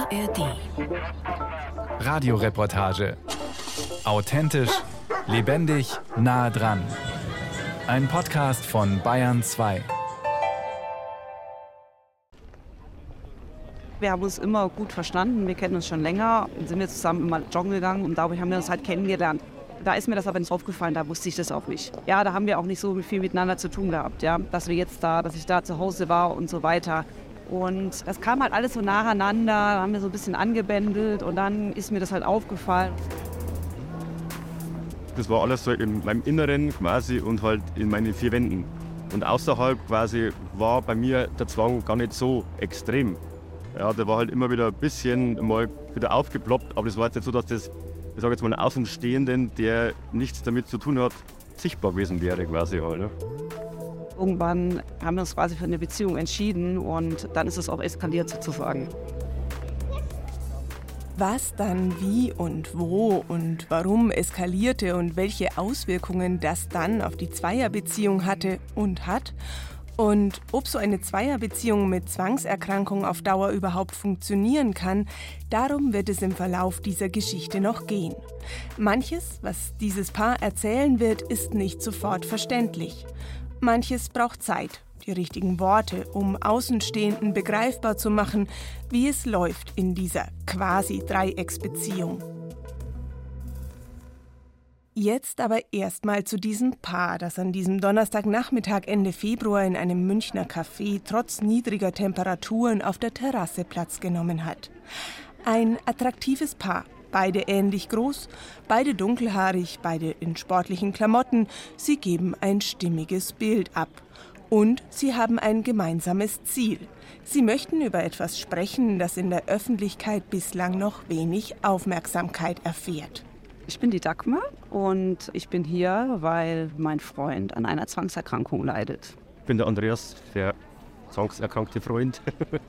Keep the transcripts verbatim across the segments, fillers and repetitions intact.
A R D. Radioreportage. Authentisch, lebendig, nah dran. Ein Podcast von Bayern zwei. Wir haben uns immer gut verstanden, wir kennen uns schon länger, dann sind wir zusammen immer joggen gegangen und dadurch haben wir uns halt kennengelernt. Da ist mir das aber nicht aufgefallen, da wusste ich das auch nicht. Ja, da haben wir auch nicht so viel miteinander zu tun gehabt, ja, dass wir jetzt da, dass ich da zu Hause war und so weiter. Und das kam halt alles so nacheinander, da haben wir so ein bisschen angebändelt und dann ist mir das halt aufgefallen. Das war alles so in meinem Inneren quasi und halt in meinen vier Wänden. Und außerhalb quasi war bei mir der Zwang gar nicht so extrem. Ja, der war halt immer wieder ein bisschen mal wieder aufgeploppt, aber das war jetzt nicht so, dass das, ich sage jetzt mal, einen Außenstehenden, der nichts damit zu tun hat, sichtbar gewesen wäre quasi halt. Ne? Irgendwann haben wir uns quasi für eine Beziehung entschieden und dann ist es auch eskaliert sozusagen. Was dann wie und wo und warum eskalierte und welche Auswirkungen das dann auf die Zweierbeziehung hatte und hat und ob so eine Zweierbeziehung mit Zwangserkrankung auf Dauer überhaupt funktionieren kann, darum wird es im Verlauf dieser Geschichte noch gehen. Manches, was dieses Paar erzählen wird, ist nicht sofort verständlich. Manches braucht Zeit, die richtigen Worte, um Außenstehenden begreifbar zu machen, wie es läuft in dieser quasi Dreiecksbeziehung. Jetzt aber erstmal zu diesem Paar, das an diesem Donnerstagnachmittag Ende Februar in einem Münchner Café trotz niedriger Temperaturen auf der Terrasse Platz genommen hat. Ein attraktives Paar, beide ähnlich groß, beide dunkelhaarig, beide in sportlichen Klamotten. Sie geben ein stimmiges Bild ab. Und sie haben ein gemeinsames Ziel. Sie möchten über etwas sprechen, das in der Öffentlichkeit bislang noch wenig Aufmerksamkeit erfährt. Ich bin die Dagmar und ich bin hier, weil mein Freund an einer Zwangserkrankung leidet. Ich bin der Andreas, der zwangserkrankte Freund.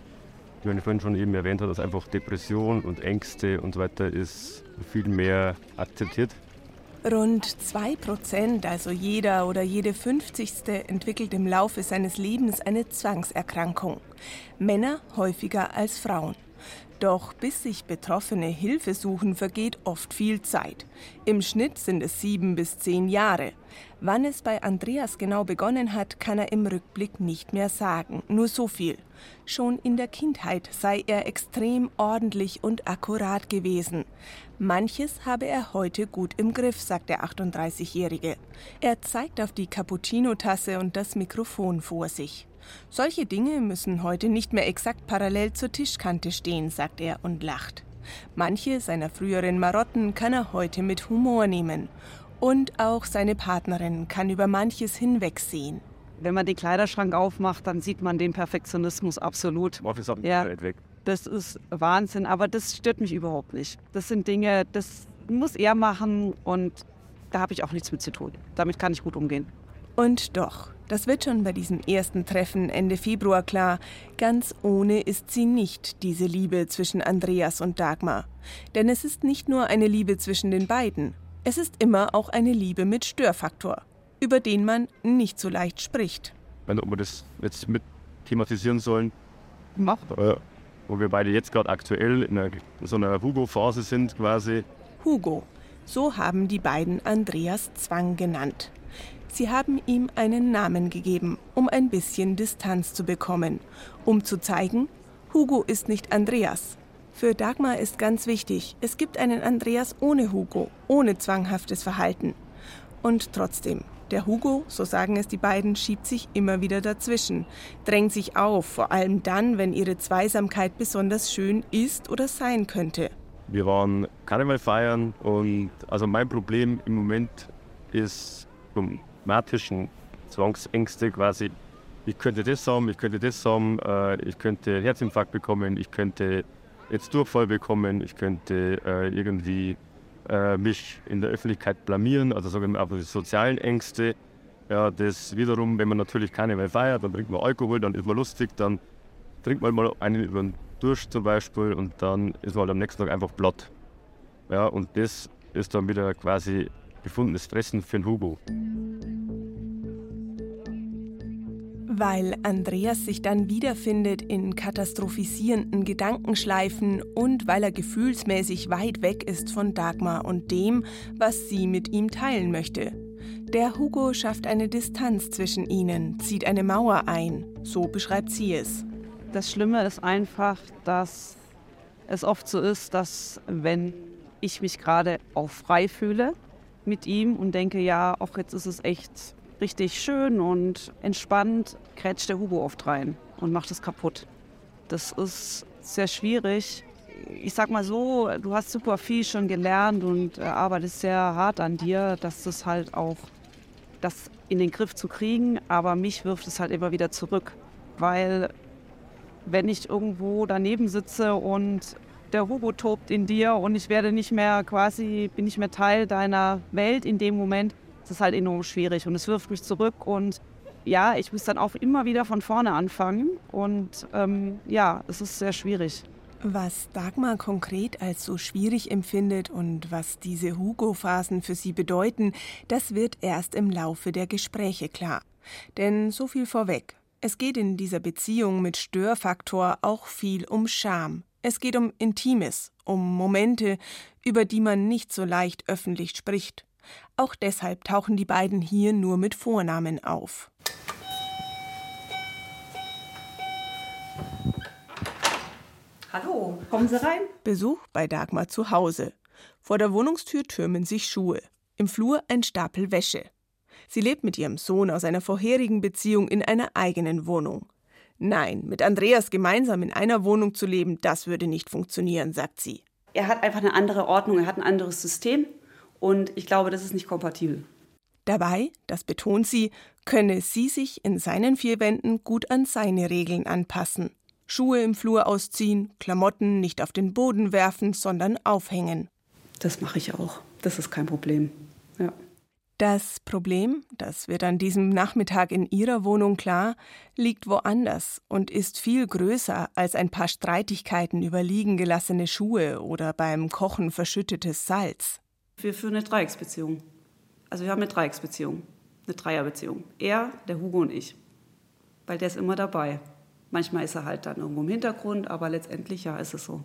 Wie ich vorhin schon eben erwähnt habe, dass einfach Depression und Ängste und so weiter ist viel mehr akzeptiert. Rund zwei Prozent, also jeder oder jede fünfzigste, entwickelt im Laufe seines Lebens eine Zwangserkrankung. Männer häufiger als Frauen. Doch bis sich Betroffene Hilfe suchen, vergeht oft viel Zeit. Im Schnitt sind es sieben bis zehn Jahre. Wann es bei Andreas genau begonnen hat, kann er im Rückblick nicht mehr sagen. Nur so viel. Schon in der Kindheit sei er extrem ordentlich und akkurat gewesen. Manches habe er heute gut im Griff, sagt der achtunddreißigjährige. Er zeigt auf die Cappuccino-Tasse und das Mikrofon vor sich. Solche Dinge müssen heute nicht mehr exakt parallel zur Tischkante stehen, sagt er und lacht. Manche seiner früheren Marotten kann er heute mit Humor nehmen. Und auch seine Partnerin kann über manches hinwegsehen. Wenn man den Kleiderschrank aufmacht, dann sieht man den Perfektionismus absolut. Mach das ja, nicht weg. Das ist Wahnsinn, aber das stört mich überhaupt nicht. Das sind Dinge, das muss er machen und da habe ich auch nichts mit zu tun. Damit kann ich gut umgehen. Und doch, das wird schon bei diesem ersten Treffen Ende Februar klar, ganz ohne ist sie nicht, diese Liebe zwischen Andreas und Dagmar. Denn es ist nicht nur eine Liebe zwischen den beiden, es ist immer auch eine Liebe mit Störfaktor, über den man nicht so leicht spricht. Ich weiß nicht, ob wir das jetzt mit thematisieren sollen. Mach. Äh, wo wir beide jetzt gerade aktuell in, einer, in so einer Hugo-Phase sind quasi. Hugo, so haben die beiden Andreas Zwang genannt. Sie haben ihm einen Namen gegeben, um ein bisschen Distanz zu bekommen, um zu zeigen, Hugo ist nicht Andreas. Für Dagmar ist ganz wichtig, es gibt einen Andreas ohne Hugo, ohne zwanghaftes Verhalten. Und trotzdem, der Hugo, so sagen es die beiden, schiebt sich immer wieder dazwischen, drängt sich auf, vor allem dann, wenn ihre Zweisamkeit besonders schön ist oder sein könnte. Wir waren Karneval feiern und also mein Problem im Moment ist somatischen Zwangsängste quasi. Ich könnte das haben, ich könnte das haben, äh, ich könnte Herzinfarkt bekommen, ich könnte jetzt Durchfall bekommen, ich könnte äh, irgendwie äh, mich in der Öffentlichkeit blamieren, also sagen wir einfach die sozialen Ängste. Ja, das wiederum, wenn man natürlich Karneval feiert, dann trinkt man Alkohol, dann ist man lustig, dann trinkt man mal einen über den Durst zum Beispiel und dann ist man halt am nächsten Tag einfach platt. Ja, und das ist dann wieder quasi gefundenes Fressen für den Hugo. Weil Andreas sich dann wiederfindet in katastrophisierenden Gedankenschleifen und weil er gefühlsmäßig weit weg ist von Dagmar und dem, was sie mit ihm teilen möchte. Der Hugo schafft eine Distanz zwischen ihnen, zieht eine Mauer ein, so beschreibt sie es. Das Schlimme ist einfach, dass es oft so ist, dass wenn ich mich gerade auch frei fühle mit ihm und denke, ja, auch jetzt ist es echt richtig schön und entspannt, grätscht der Hugo oft rein und macht es kaputt. Das ist sehr schwierig. Ich sag mal so, du hast super viel schon gelernt und arbeitest sehr hart an dir, dass das halt auch das in den Griff zu kriegen, aber mich wirft es halt immer wieder zurück, weil wenn ich irgendwo daneben sitze und der Hugo tobt in dir und ich werde nicht mehr quasi, bin nicht mehr Teil deiner Welt in dem Moment, ist es halt enorm schwierig und es wirft mich zurück und ja, ich muss dann auch immer wieder von vorne anfangen und ähm, ja, es ist sehr schwierig. Was Dagmar konkret als so schwierig empfindet und was diese Hugo-Phasen für sie bedeuten, das wird erst im Laufe der Gespräche klar. Denn so viel vorweg. Es geht in dieser Beziehung mit Störfaktor auch viel um Scham. Es geht um Intimes, um Momente, über die man nicht so leicht öffentlich spricht. Auch deshalb tauchen die beiden hier nur mit Vornamen auf. Hallo, kommen Sie rein? Besuch bei Dagmar zu Hause. Vor der Wohnungstür türmen sich Schuhe. Im Flur ein Stapel Wäsche. Sie lebt mit ihrem Sohn aus einer vorherigen Beziehung in einer eigenen Wohnung. Nein, mit Andreas gemeinsam in einer Wohnung zu leben, das würde nicht funktionieren, sagt sie. Er hat einfach eine andere Ordnung, er hat ein anderes System und ich glaube, das ist nicht kompatibel. Dabei, das betont sie, könne sie sich in seinen vier Wänden gut an seine Regeln anpassen. Schuhe im Flur ausziehen, Klamotten nicht auf den Boden werfen, sondern aufhängen. Das mache ich auch. Das ist kein Problem. Ja. Das Problem, das wird an diesem Nachmittag in ihrer Wohnung klar, liegt woanders und ist viel größer als ein paar Streitigkeiten über liegen gelassene Schuhe oder beim Kochen verschüttetes Salz. Wir führen eine Dreiecksbeziehung. Also wir haben eine Dreiecksbeziehung, eine Dreierbeziehung. Er, der Hugo und ich. Weil der ist immer dabei. Manchmal ist er halt dann irgendwo im Hintergrund, aber letztendlich ja, ist es so.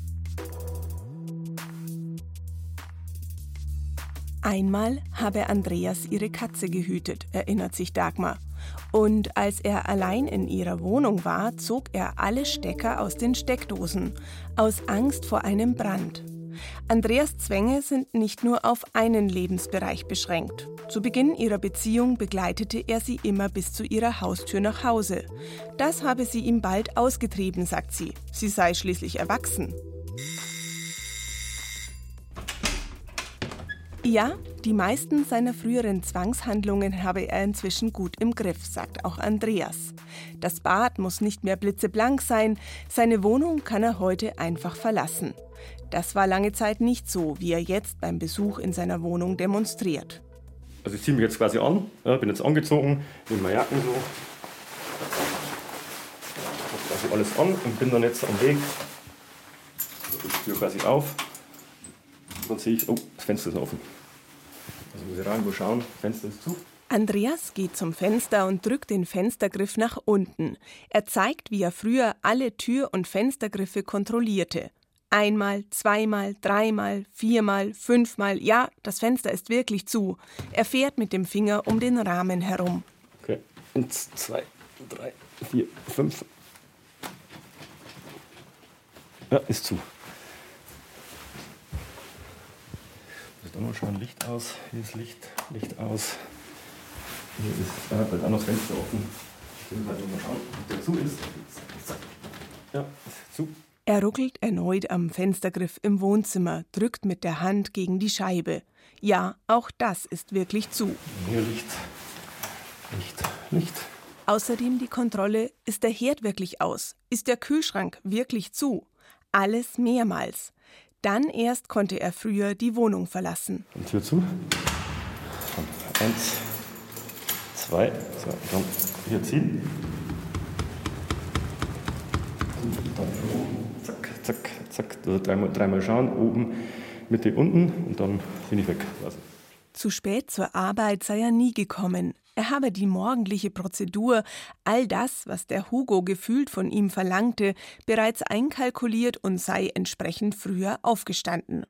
Einmal habe Andreas ihre Katze gehütet, erinnert sich Dagmar. Und als er allein in ihrer Wohnung war, zog er alle Stecker aus den Steckdosen, aus Angst vor einem Brand. Andreas Zwänge sind nicht nur auf einen Lebensbereich beschränkt. Zu Beginn ihrer Beziehung begleitete er sie immer bis zu ihrer Haustür nach Hause. Das habe sie ihm bald ausgetrieben, sagt sie. Sie sei schließlich erwachsen. Ja, die meisten seiner früheren Zwangshandlungen habe er inzwischen gut im Griff, sagt auch Andreas. Das Bad muss nicht mehr blitzeblank sein, seine Wohnung kann er heute einfach verlassen. Das war lange Zeit nicht so, wie er jetzt beim Besuch in seiner Wohnung demonstriert. Also ich ziehe mich jetzt quasi an, ja, bin jetzt angezogen, nehme meine Jacken so, mache quasi alles an und bin dann jetzt am Weg. Also ich tue quasi auf und dann sehe ich, oh, das Fenster ist offen. Also muss ich rein, wo schauen, das Fenster ist zu. Andreas geht zum Fenster und drückt den Fenstergriff nach unten. Er zeigt, wie er früher alle Tür- und Fenstergriffe kontrollierte. Einmal, zweimal, dreimal, viermal, fünfmal. Ja, das Fenster ist wirklich zu. Er fährt mit dem Finger um den Rahmen herum. Okay, eins, zwei, drei, vier, fünf. Ja, ist zu. Ich muss mal schauen, Licht aus. Hier ist Licht, Licht aus. Hier ist äh, bald auch noch das Fenster offen. Ich will halt mal schauen, ob der zu ist. Ja, ist zu. Er ruckelt erneut am Fenstergriff im Wohnzimmer, drückt mit der Hand gegen die Scheibe. Ja, auch das ist wirklich zu. Hier Licht, Licht, Licht. Außerdem die Kontrolle, ist der Herd wirklich aus? Ist der Kühlschrank wirklich zu? Alles mehrmals. Dann erst konnte er früher die Wohnung verlassen. Und Tür zu. Und eins, zwei, so, dann hier ziehen. Und dann zack, zack, zack, dreimal, dreimal schauen, oben, Mitte, unten und dann bin ich weg. Also. Zu spät zur Arbeit sei er nie gekommen. Er habe die morgendliche Prozedur, all das, was der Hugo gefühlt von ihm verlangte, bereits einkalkuliert und sei entsprechend früher aufgestanden.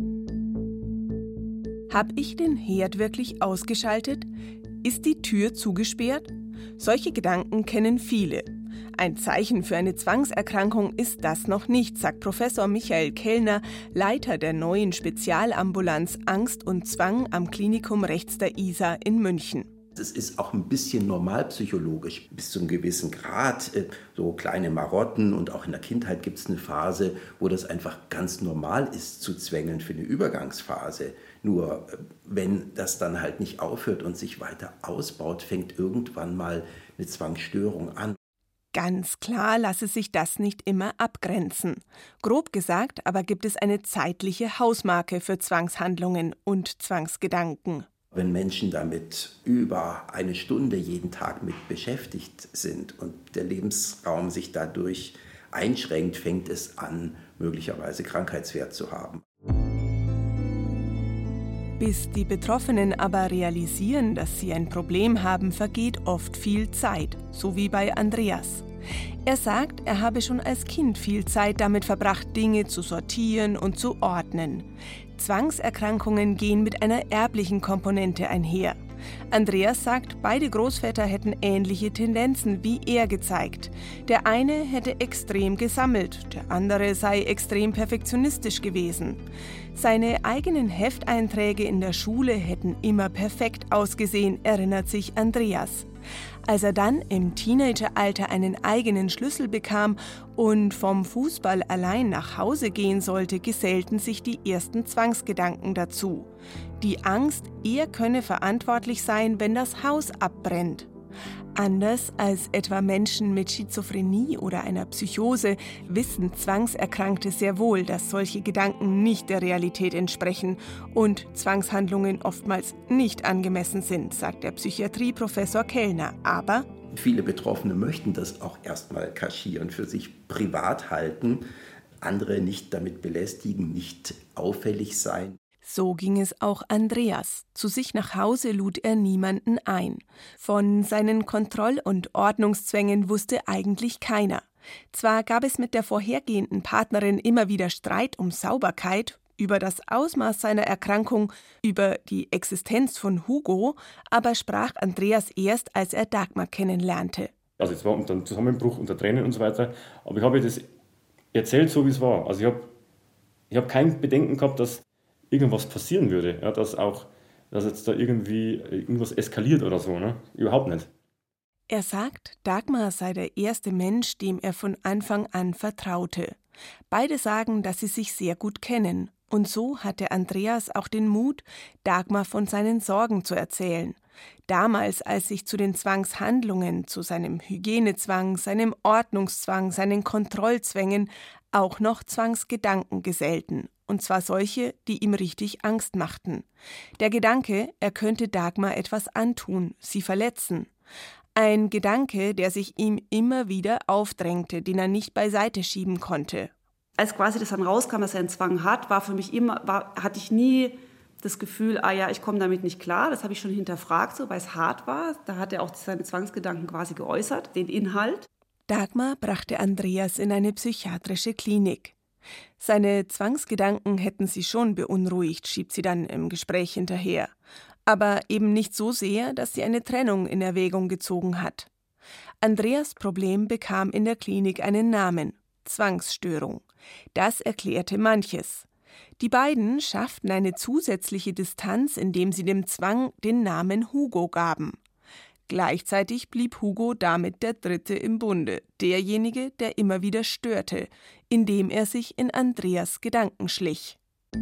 Hab ich den Herd wirklich ausgeschaltet? Ist die Tür zugesperrt? Solche Gedanken kennen viele. Ein Zeichen für eine Zwangserkrankung ist das noch nicht, sagt Professor Michael Kellner, Leiter der neuen Spezialambulanz Angst und Zwang am Klinikum rechts der Isar in München. Es ist auch ein bisschen normalpsychologisch, bis zu einem gewissen Grad, so kleine Marotten, und auch in der Kindheit gibt es eine Phase, wo das einfach ganz normal ist zu zwängeln für eine Übergangsphase. Nur wenn das dann halt nicht aufhört und sich weiter ausbaut, fängt irgendwann mal eine Zwangsstörung an. Ganz klar lasse sich das nicht immer abgrenzen. Grob gesagt aber gibt es eine zeitliche Hausmarke für Zwangshandlungen und Zwangsgedanken. Wenn Menschen damit über eine Stunde jeden Tag mit beschäftigt sind und der Lebensraum sich dadurch einschränkt, fängt es an, möglicherweise Krankheitswert zu haben. Bis die Betroffenen aber realisieren, dass sie ein Problem haben, vergeht oft viel Zeit, so wie bei Andreas. Er sagt, er habe schon als Kind viel Zeit damit verbracht, Dinge zu sortieren und zu ordnen. Zwangserkrankungen gehen mit einer erblichen Komponente einher. Andreas sagt, beide Großväter hätten ähnliche Tendenzen wie er gezeigt. Der eine hätte extrem gesammelt, der andere sei extrem perfektionistisch gewesen. Seine eigenen Hefteinträge in der Schule hätten immer perfekt ausgesehen, erinnert sich Andreas. Als er dann im Teenageralter einen eigenen Schlüssel bekam und vom Fußball allein nach Hause gehen sollte, gesellten sich die ersten Zwangsgedanken dazu. Die Angst, er könne verantwortlich sein, wenn das Haus abbrennt. Anders als etwa Menschen mit Schizophrenie oder einer Psychose wissen Zwangserkrankte sehr wohl, dass solche Gedanken nicht der Realität entsprechen und Zwangshandlungen oftmals nicht angemessen sind, sagt der Psychiatrieprofessor Kellner. Aber viele Betroffene möchten das auch erstmal kaschieren, für sich privat halten, andere nicht damit belästigen, nicht auffällig sein. So ging es auch Andreas. Zu sich nach Hause lud er niemanden ein. Von seinen Kontroll- und Ordnungszwängen wusste eigentlich keiner. Zwar gab es mit der vorhergehenden Partnerin immer wieder Streit um Sauberkeit, über das Ausmaß seiner Erkrankung, über die Existenz von Hugo, aber sprach Andreas erst, als er Dagmar kennenlernte. Also es war unter dem Zusammenbruch, unter Tränen und so weiter, aber ich habe das erzählt, so wie es war. Also ich habe ich hab kein Bedenken gehabt, dass irgendwas passieren würde, ja, dass auch, dass jetzt da irgendwie irgendwas eskaliert oder so, ne? Überhaupt nicht. Er sagt, Dagmar sei der erste Mensch, dem er von Anfang an vertraute. Beide sagen, dass sie sich sehr gut kennen. Und so hatte Andreas auch den Mut, Dagmar von seinen Sorgen zu erzählen. Damals, als sich zu den Zwangshandlungen, zu seinem Hygienezwang, seinem Ordnungszwang, seinen Kontrollzwängen auch noch Zwangsgedanken gesellten. Und zwar solche, die ihm richtig Angst machten. Der Gedanke, er könnte Dagmar etwas antun, sie verletzen. Ein Gedanke, der sich ihm immer wieder aufdrängte, den er nicht beiseite schieben konnte. Als quasi das dann rauskam, dass er einen Zwang hat, war für mich immer, war, hatte ich nie das Gefühl, ah ja, ich komme damit nicht klar. Das habe ich schon hinterfragt, so, weil es hart war. Da hat er auch seine Zwangsgedanken quasi geäußert, den Inhalt. Dagmar brachte Andreas in eine psychiatrische Klinik. Seine Zwangsgedanken hätten sie schon beunruhigt, schiebt sie dann im Gespräch hinterher. Aber eben nicht so sehr, dass sie eine Trennung in Erwägung gezogen hat. Andreas' Problem bekam in der Klinik einen Namen: Zwangsstörung. Das erklärte manches. Die beiden schafften eine zusätzliche Distanz, indem sie dem Zwang den Namen Hugo gaben. Gleichzeitig blieb Hugo damit der Dritte im Bunde, derjenige, der immer wieder störte, indem er sich in Andreas Gedanken schlich.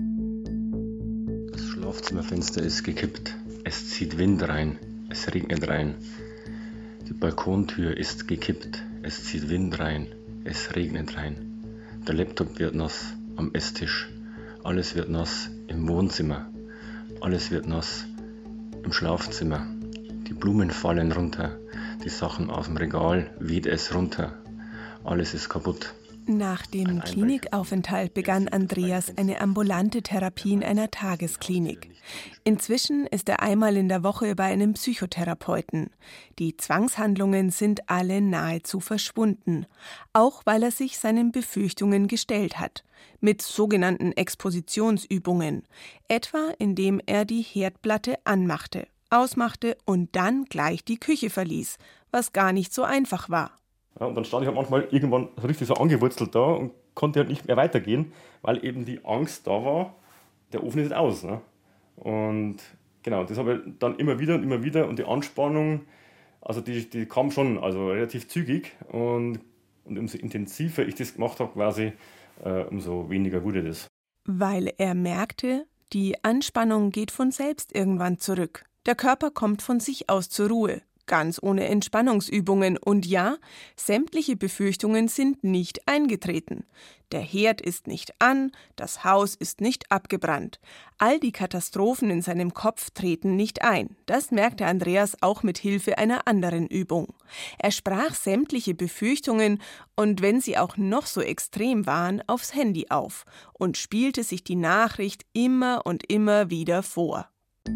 Das Schlafzimmerfenster ist gekippt. Es zieht Wind rein. Es regnet rein. Die Balkontür ist gekippt. Es zieht Wind rein. Es regnet rein. Der Laptop wird nass am Esstisch. Alles wird nass im Wohnzimmer. Alles wird nass im Schlafzimmer. Die Blumen fallen runter. Die Sachen aus dem Regal weht es runter. Alles ist kaputt. Nach dem Klinikaufenthalt begann Andreas eine ambulante Therapie in einer Tagesklinik. Inzwischen ist er einmal in der Woche bei einem Psychotherapeuten. Die Zwangshandlungen sind alle nahezu verschwunden, auch weil er sich seinen Befürchtungen gestellt hat, mit sogenannten Expositionsübungen, etwa indem er die Herdplatte anmachte, ausmachte und dann gleich die Küche verließ, was gar nicht so einfach war. Ja, und dann stand ich halt manchmal irgendwann so richtig so angewurzelt da und konnte halt nicht mehr weitergehen, weil eben die Angst da war, der Ofen ist jetzt aus. Ne? Und genau, das habe ich dann immer wieder und immer wieder und die Anspannung, also die, die kam schon also relativ zügig und, und umso intensiver ich das gemacht habe, quasi, äh, umso weniger wurde das. Weil er merkte, die Anspannung geht von selbst irgendwann zurück. Der Körper kommt von sich aus zur Ruhe. Ganz ohne Entspannungsübungen. Und ja, sämtliche Befürchtungen sind nicht eingetreten. Der Herd ist nicht an, das Haus ist nicht abgebrannt. All die Katastrophen in seinem Kopf treten nicht ein. Das merkte Andreas auch mit Hilfe einer anderen Übung. Er sprach sämtliche Befürchtungen und wenn sie auch noch so extrem waren, aufs Handy auf und spielte sich die Nachricht immer und immer wieder vor.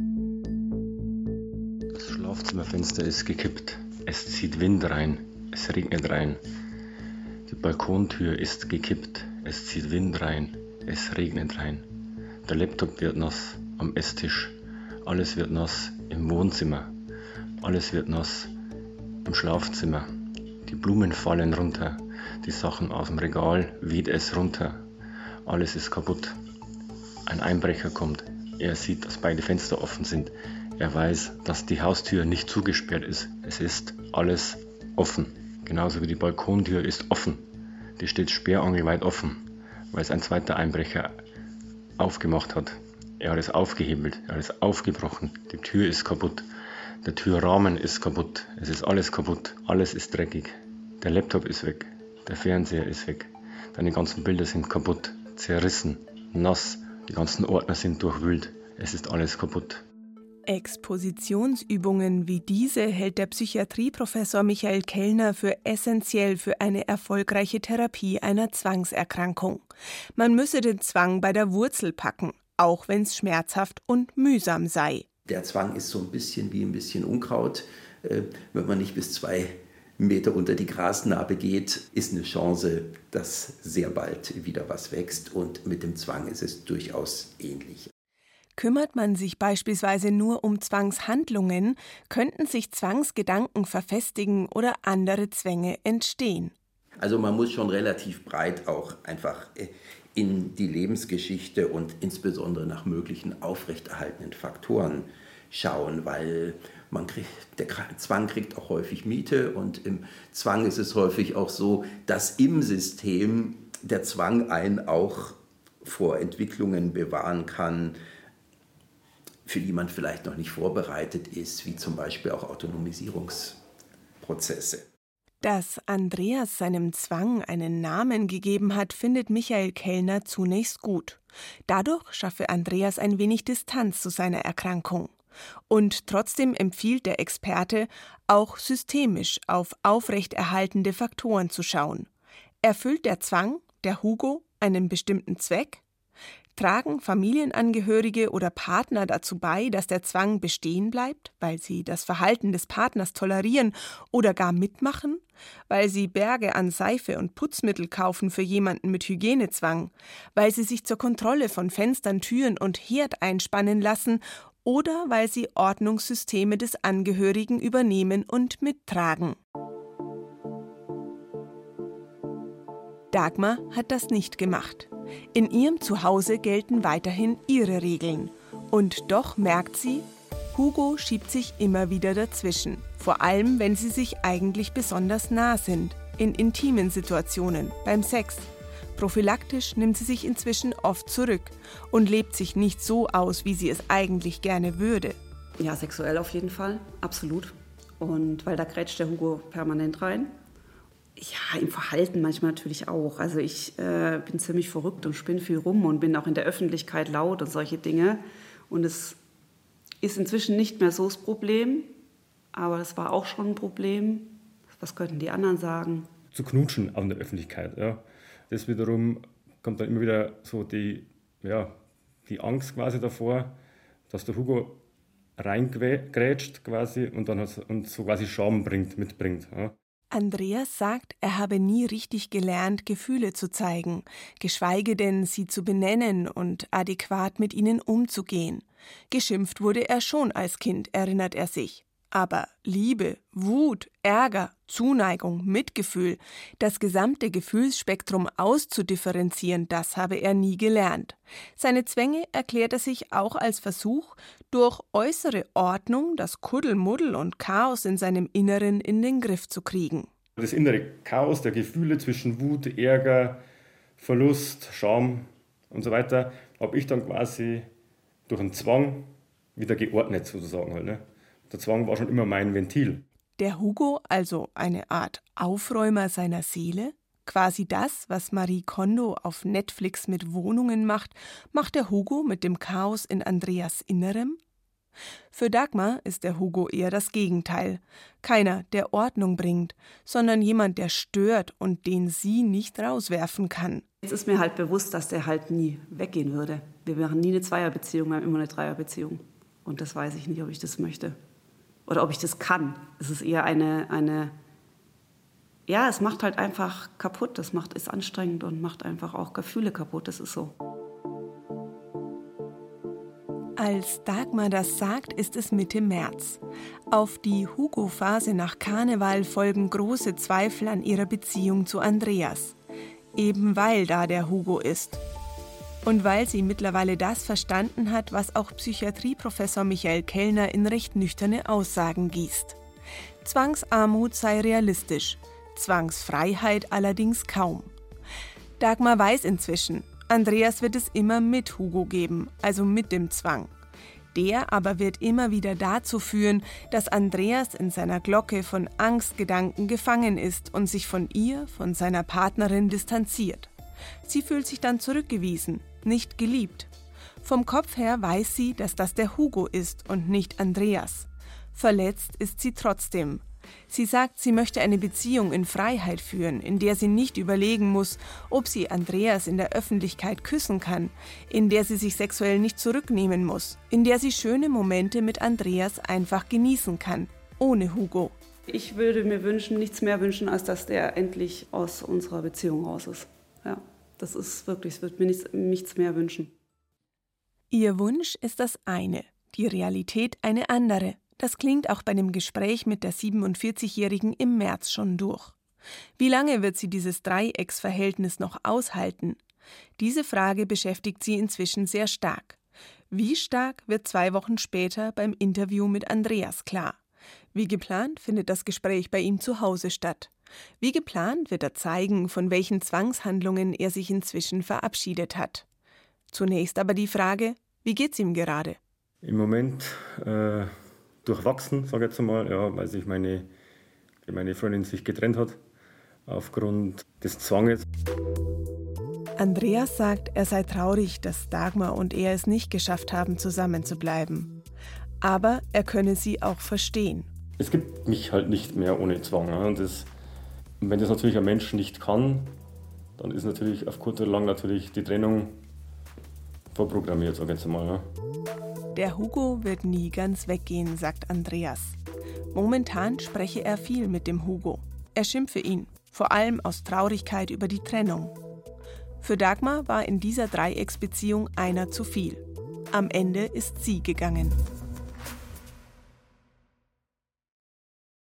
Das Schlafzimmerfenster ist gekippt. Es zieht Wind rein. Es regnet rein. Die Balkontür ist gekippt. Es zieht Wind rein. Es regnet rein. Der Laptop wird nass am Esstisch. Alles wird nass im Wohnzimmer. Alles wird nass im Schlafzimmer. Die Blumen fallen runter. Die Sachen aus dem Regal weht es runter. Alles ist kaputt. Ein Einbrecher kommt. Er sieht, dass beide Fenster offen sind. Er weiß, dass die Haustür nicht zugesperrt ist. Es ist alles offen. Genauso wie die Balkontür ist offen. Die steht sperrangelweit offen, weil es ein zweiter Einbrecher aufgemacht hat. Er hat es aufgehebelt, er hat es aufgebrochen. Die Tür ist kaputt. Der Türrahmen ist kaputt. Es ist alles kaputt. Alles ist dreckig. Der Laptop ist weg. Der Fernseher ist weg. Deine ganzen Bilder sind kaputt, zerrissen, nass. Die ganzen Ordner sind durchwühlt. Es ist alles kaputt. Expositionsübungen wie diese hält der Psychiatrieprofessor Michael Kellner für essentiell für eine erfolgreiche Therapie einer Zwangserkrankung. Man müsse den Zwang bei der Wurzel packen, auch wenn es schmerzhaft und mühsam sei. Der Zwang ist so ein bisschen wie ein bisschen Unkraut. Äh, wenn man nicht bis zwei Meter unter die Grasnarbe geht, ist eine Chance, dass sehr bald wieder was wächst. Und mit dem Zwang ist es durchaus ähnlich. Kümmert man sich beispielsweise nur um Zwangshandlungen, könnten sich Zwangsgedanken verfestigen oder andere Zwänge entstehen. Also man muss schon relativ breit auch einfach in die Lebensgeschichte und insbesondere nach möglichen aufrechterhaltenden Faktoren schauen, weil man kriegt, der Zwang kriegt auch häufig Miete und im Zwang ist es häufig auch so, dass im System der Zwang einen auch vor Entwicklungen bewahren kann, für die man vielleicht noch nicht vorbereitet ist, wie zum Beispiel auch Autonomisierungsprozesse. Dass Andreas seinem Zwang einen Namen gegeben hat, findet Michael Kellner zunächst gut. Dadurch schaffe Andreas ein wenig Distanz zu seiner Erkrankung. Und trotzdem empfiehlt der Experte, auch systemisch auf aufrechterhaltende Faktoren zu schauen. Erfüllt der Zwang, der Hugo, einen bestimmten Zweck? Tragen Familienangehörige oder Partner dazu bei, dass der Zwang bestehen bleibt, weil sie das Verhalten des Partners tolerieren oder gar mitmachen, weil sie Berge an Seife und Putzmittel kaufen für jemanden mit Hygienezwang, weil sie sich zur Kontrolle von Fenstern, Türen und Herd einspannen lassen oder weil sie Ordnungssysteme des Angehörigen übernehmen und mittragen. Dagmar hat das nicht gemacht. In ihrem Zuhause gelten weiterhin ihre Regeln. Und doch merkt sie, Hugo schiebt sich immer wieder dazwischen. Vor allem, wenn sie sich eigentlich besonders nah sind. In intimen Situationen, beim Sex. Prophylaktisch nimmt sie sich inzwischen oft zurück und lebt sich nicht so aus, wie sie es eigentlich gerne würde. Ja, sexuell auf jeden Fall, absolut. Und weil da grätscht der Hugo permanent rein. Ja, im Verhalten manchmal natürlich auch. Also ich äh, bin ziemlich verrückt und spinne viel rum und bin auch in der Öffentlichkeit laut und solche Dinge. Und es ist inzwischen nicht mehr so das Problem, aber das war auch schon ein Problem. Was könnten die anderen sagen? Zu knutschen an der Öffentlichkeit, ja. Das wiederum kommt dann immer wieder so die, ja, die Angst quasi davor, dass der Hugo reingrätscht quasi und dann und so quasi Scham bringt, mitbringt. Ja. Andreas sagt, er habe nie richtig gelernt, Gefühle zu zeigen, geschweige denn, sie zu benennen und adäquat mit ihnen umzugehen. Geschimpft wurde er schon als Kind, erinnert er sich. Aber Liebe, Wut, Ärger, Zuneigung, Mitgefühl, das gesamte Gefühlsspektrum auszudifferenzieren, das habe er nie gelernt. Seine Zwänge erklärt er sich auch als Versuch, durch äußere Ordnung das Kuddelmuddel und Chaos in seinem Inneren in den Griff zu kriegen. Das innere Chaos der Gefühle zwischen Wut, Ärger, Verlust, Scham und so weiter, habe ich dann quasi durch einen Zwang wieder geordnet sozusagen halt, ne? Der Zwang war schon immer mein Ventil. Der Hugo, also eine Art Aufräumer seiner Seele? Quasi das, was Marie Kondo auf Netflix mit Wohnungen macht, macht der Hugo mit dem Chaos in Andreas Innerem? Für Dagmar ist der Hugo eher das Gegenteil. Keiner, der Ordnung bringt, sondern jemand, der stört und den sie nicht rauswerfen kann. Jetzt ist mir halt bewusst, dass der halt nie weggehen würde. Wir machen nie eine Zweierbeziehung, wir haben immer eine Dreierbeziehung. Und das weiß ich nicht, ob ich das möchte. Oder ob ich das kann. Es ist eher eine, eine, ja, es macht halt einfach kaputt. Das macht, ist anstrengend und macht einfach auch Gefühle kaputt. Das ist so. Als Dagmar das sagt, ist es Mitte März. Auf die Hugo-Phase nach Karneval folgen große Zweifel an ihrer Beziehung zu Andreas. Eben weil da der Hugo ist. Und weil sie mittlerweile das verstanden hat, was auch Psychiatrieprofessor Michael Kellner in recht nüchterne Aussagen gießt. Zwangsarmut sei realistisch, Zwangsfreiheit allerdings kaum. Dagmar weiß inzwischen, Andreas wird es immer mit Hugo geben, also mit dem Zwang. Der aber wird immer wieder dazu führen, dass Andreas in seiner Glocke von Angstgedanken gefangen ist und sich von ihr, von seiner Partnerin distanziert. Sie fühlt sich dann zurückgewiesen, nicht geliebt. Vom Kopf her weiß sie, dass das der Hugo ist und nicht Andreas. Verletzt ist sie trotzdem. Sie sagt, sie möchte eine Beziehung in Freiheit führen, in der sie nicht überlegen muss, ob sie Andreas in der Öffentlichkeit küssen kann, in der sie sich sexuell nicht zurücknehmen muss, in der sie schöne Momente mit Andreas einfach genießen kann, ohne Hugo. Ich würde mir wünschen, nichts mehr wünschen, als dass der endlich aus unserer Beziehung raus ist. Ja, das ist wirklich, es wird mir nichts, nichts mehr wünschen. Ihr Wunsch ist das eine, die Realität eine andere. Das klingt auch bei dem Gespräch mit der siebenundvierzigjährigen im März schon durch. Wie lange wird sie dieses Dreiecksverhältnis noch aushalten? Diese Frage beschäftigt sie inzwischen sehr stark. Wie stark, wird zwei Wochen später beim Interview mit Andreas klar. Wie geplant findet das Gespräch bei ihm zu Hause statt. Wie geplant wird er zeigen, von welchen Zwangshandlungen er sich inzwischen verabschiedet hat. Zunächst aber die Frage, wie geht's ihm gerade? Im Moment äh, durchwachsen, sage ich jetzt einmal, ja, weil sich meine, meine Freundin sich getrennt hat, aufgrund des Zwanges. Andreas sagt, er sei traurig, dass Dagmar und er es nicht geschafft haben, zusammenzubleiben. Aber er könne sie auch verstehen. Es gibt mich halt nicht mehr ohne Zwang. Ja. Und das, wenn das natürlich ein Mensch nicht kann, dann ist natürlich auf kurz oder lang natürlich die Trennung vorprogrammiert, sage ich jetzt mal. Ja. Der Hugo wird nie ganz weggehen, sagt Andreas. Momentan spreche er viel mit dem Hugo. Er schimpfe ihn, vor allem aus Traurigkeit über die Trennung. Für Dagmar war in dieser Dreiecksbeziehung einer zu viel. Am Ende ist sie gegangen.